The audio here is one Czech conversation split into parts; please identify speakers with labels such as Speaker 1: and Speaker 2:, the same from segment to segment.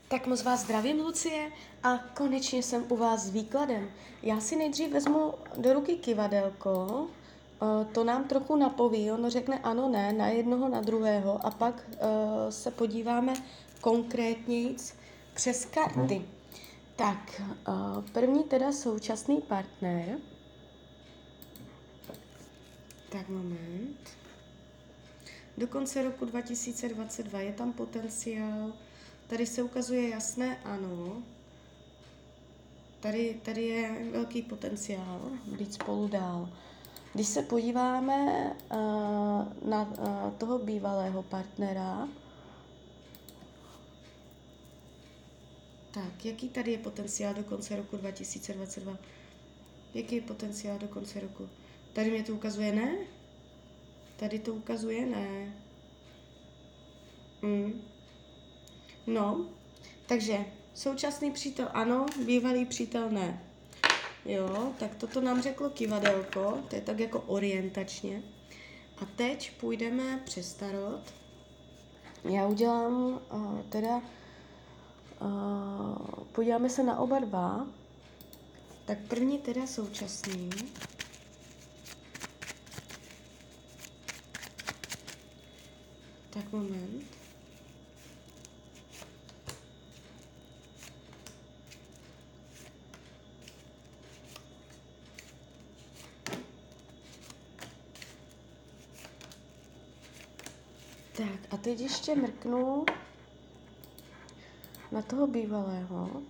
Speaker 1: Tak moc vás zdravím, Lucie, a konečně jsem u vás s výkladem. Já si nejdřív vezmu do ruky kivadelko, to nám trochu napoví, ono řekne ano, ne, na jednoho, na druhého a pak se podíváme konkrétnějc přes karty. Tak, první teda současný partner. Tak, moment. Do konce roku 2022 je tam potenciál. Tady se ukazuje jasné ano. Tady je velký potenciál být spolu dál. Když se podíváme na toho bývalého partnera, tak jaký tady je potenciál do konce roku 2022? Jaký je potenciál do konce roku? Tady mě to ukazuje ne? Tady to ukazuje ne. No, takže současný přítel ano, bývalý přítel ne. Jo, tak toto nám řeklo kivadelko, to je tak jako orientačně. A teď půjdeme přes tarot. Já udělám podíváme se na oba dva. Tak první teda současný. Tak moment. Tak a teď ještě mrknu na toho bývalého.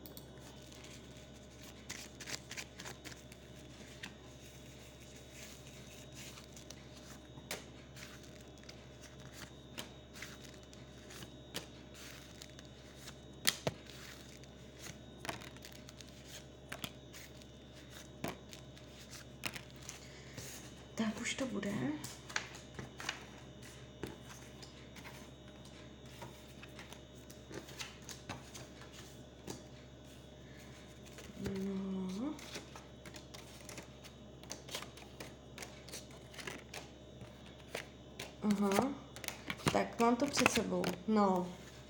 Speaker 1: Tak už to bude. No. Aha. Tak mám to před sebou. No.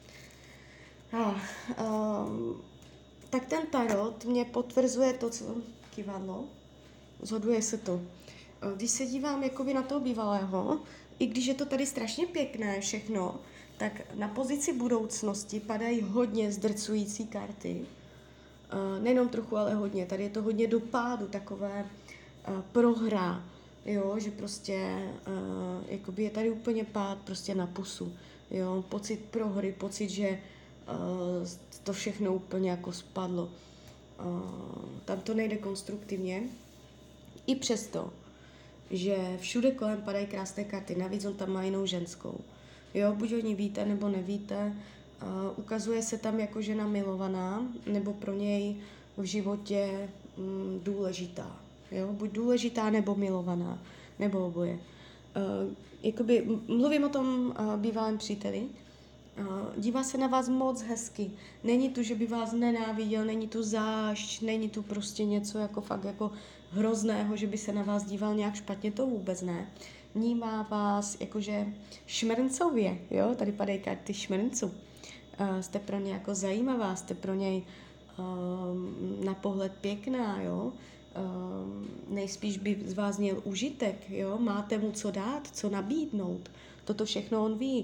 Speaker 1: Tak ten tarot mě potvrzuje to, co kivadlo. Zhoduje se to. Když se dívám jakoby na toho bývalého, i když je to tady strašně pěkné všechno, tak na pozici budoucnosti padají hodně zdrcující karty. Nejenom trochu, ale hodně. Tady je to hodně dopádu, takové prohra, jo, že prostě jakoby je tady úplně pád prostě na pusu, jo, pocit prohry, pocit, že to všechno úplně jako spadlo. Tam to nejde konstruktivně. I přesto, že všude kolem padají krásné karty, navíc on tam má jinou ženskou. Jo, buď o ní víte, nebo nevíte, ukazuje se tam jako žena milovaná, nebo pro něj v životě důležitá. Jo, buď důležitá, nebo milovaná, nebo oboje. Jakoby mluvím o tom bývalém příteli, dívá se na vás moc hezky. Není tu, že by vás nenáviděl, není tu zášť, není tu prostě něco jako fakt jako hrozného, že by se na vás díval nějak špatně, to vůbec ne. Vnímá vás jakože šmrncově, jo, tady padají karty šmrnců. Jste pro něj jako zajímavá, jste pro něj na pohled pěkná, jo. Nejspíš by z vás měl užitek, jo, máte mu co dát, co nabídnout. Toto všechno on ví.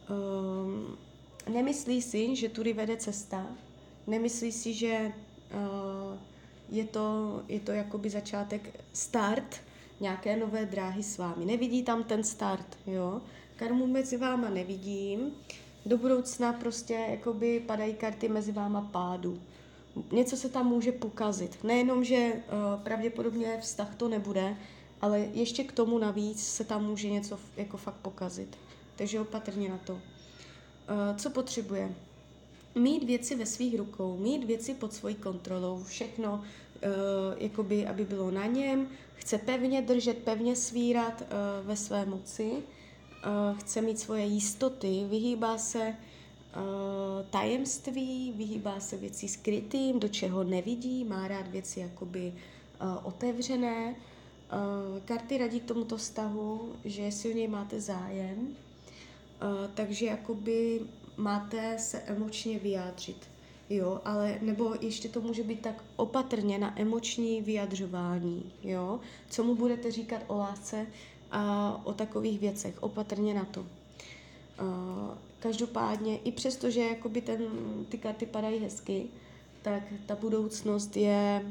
Speaker 1: Nemyslí si, že tudy vede cesta, nemyslí si, že je to jakoby začátek, start nějaké nové dráhy s vámi. Nevidí tam ten start, jo. Karmu mezi váma nevidím. Do budoucna prostě jakoby padají karty mezi váma pádu. Něco se tam může pokazit. Nejenom, že pravděpodobně vztah to nebude, ale ještě k tomu navíc se tam může něco jako fakt pokazit. Takže opatrně na to. Co potřebuje? Mít věci ve svých rukou, mít věci pod svojí kontrolou, všechno, jakoby, aby bylo na něm, chce pevně držet, pevně svírat ve své moci, chce mít svoje jistoty, vyhýbá se tajemství, vyhýbá se věcí skrytým, do čeho nevidí, má rád věci jakoby otevřené. Karty radí k tomuto vztahu, že si o něj máte zájem, takže jakoby máte se emočně vyjádřit. jo, ale nebo ještě to může být tak opatrně na emoční vyjadřování, jo, co mu budete říkat o lásce a o takových věcech, opatrně na to. Každopádně, i přesto, že jakoby ty karty padají hezky, tak ta budoucnost je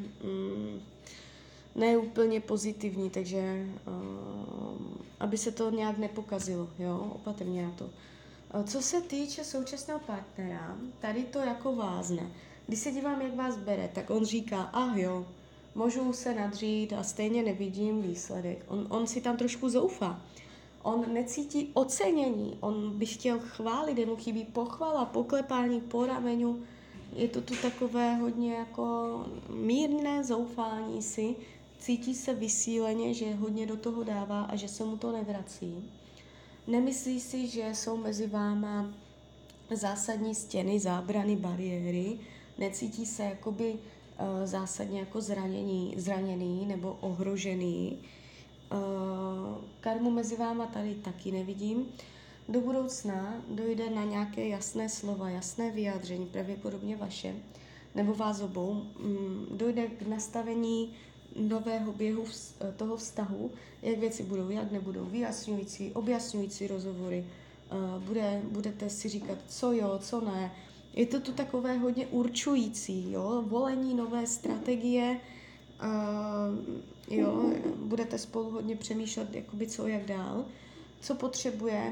Speaker 1: neúplně pozitivní, takže aby se to nějak nepokazilo, jo, opatrně na to. Co se týče současného partnera, tady to jako vázne. Když se dívám, jak vás bere, tak on říká, jo, můžu se nadřít a stejně nevidím výsledek. On si tam trošku zoufá. On necítí ocenění, on by chtěl chválit, jemu chybí pochvala, poklepání po ramenu. Je to tu takové hodně jako mírné zoufání si, cítí se vysíleně, že hodně do toho dává a že se mu to nevrací. Nemyslí si, že jsou mezi váma zásadní stěny, zábrany, bariéry, necítí se jakoby zásadně jako zraněný nebo ohrožený. Karmu mezi váma tady taky nevidím. Do budoucna dojde na nějaké jasné slova, jasné vyjádření, pravděpodobně vaše, nebo vás obou. Dojde k nastavení nového běhu toho vztahu, jak věci budou, jak nebudou, vyjasňující, objasňující rozhovory. Budete si říkat, co jo, co ne. Je to tu takové hodně určující, jo, volení nové strategie, jo, budete spolu hodně přemýšlet, jakoby co, jak dál, co potřebuje,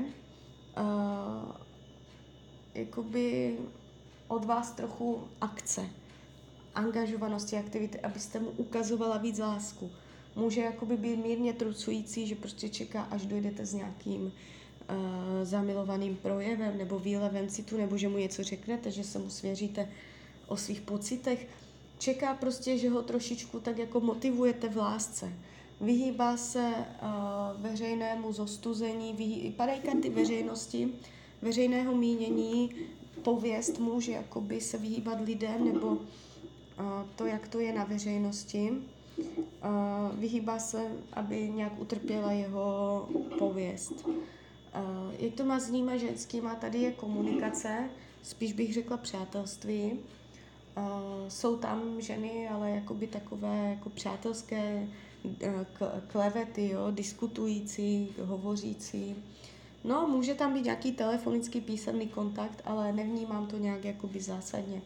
Speaker 1: jakoby od vás trochu akce, angažovanosti, aktivity, abyste mu ukazovala víc lásku. Může jakoby být mírně trucující, že prostě čeká, až dojdete s nějakým zamilovaným projevem nebo výlevem citu, nebo že mu něco řeknete, že se mu svěříte o svých pocitech. Čeká prostě, že ho trošičku tak jako motivujete v lásce. Vyhýbá se veřejnému zostuzení, padají karty veřejnosti, veřejného mínění, pověst může jakoby se vyhýbat lidem, nebo to, jak to je na veřejnosti. Vyhýbá se, aby nějak utrpěla jeho pověst. Jak to má s nima ženskýma, tady je komunikace, spíš bych řekla přátelství. Jsou tam ženy, ale jakoby takové jako přátelské klevety, jo, diskutující, hovořící. No, může tam být nějaký telefonický písemný kontakt, ale nevnímám to nějak jakoby zásadně.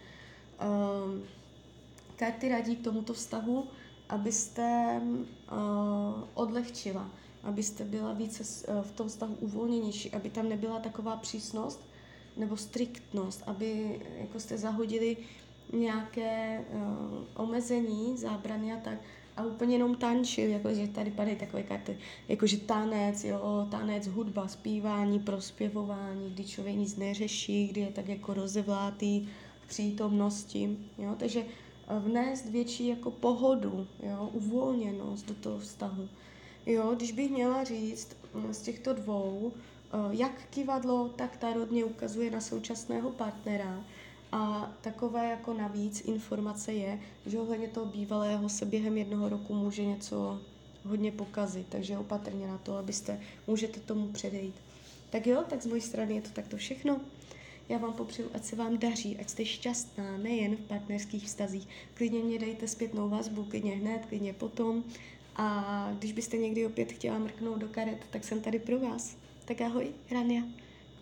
Speaker 1: Karty radí k tomuto vztahu, abyste odlehčila, abyste byla více v tom vztahu uvolněnější, aby tam nebyla taková přísnost nebo striktnost, aby jako jste zahodili nějaké omezení, zábrany a tak, a úplně jenom tančil, jakože tady padají takové karty, jakože tanec, jo, tanec, hudba, zpívání, prospěvování, kdy člověk nic neřeší, kdy je tak jako rozevlátý v přítomnosti, jo, takže vnést větší jako pohodu, jo, uvolněnost do toho vztahu. Jo, když bych měla říct z těchto dvou, jak kyvadlo, tak tarot mě ukazuje na současného partnera, a takové jako navíc informace je, že ohledně toho bývalého se během 1 roku může něco hodně pokazit, takže opatrně na to, můžete tomu předejít. Tak jo, tak z mojí strany je to takto všechno. Já vám popřeju, ať se vám daří, ať jste šťastná, nejen v partnerských vztazích. Klidně mě dejte zpětnou vazbu, klidně hned, klidně potom. A když byste někdy opět chtěla mrknout do karet, tak jsem tady pro vás. Tak ahoj, Rania.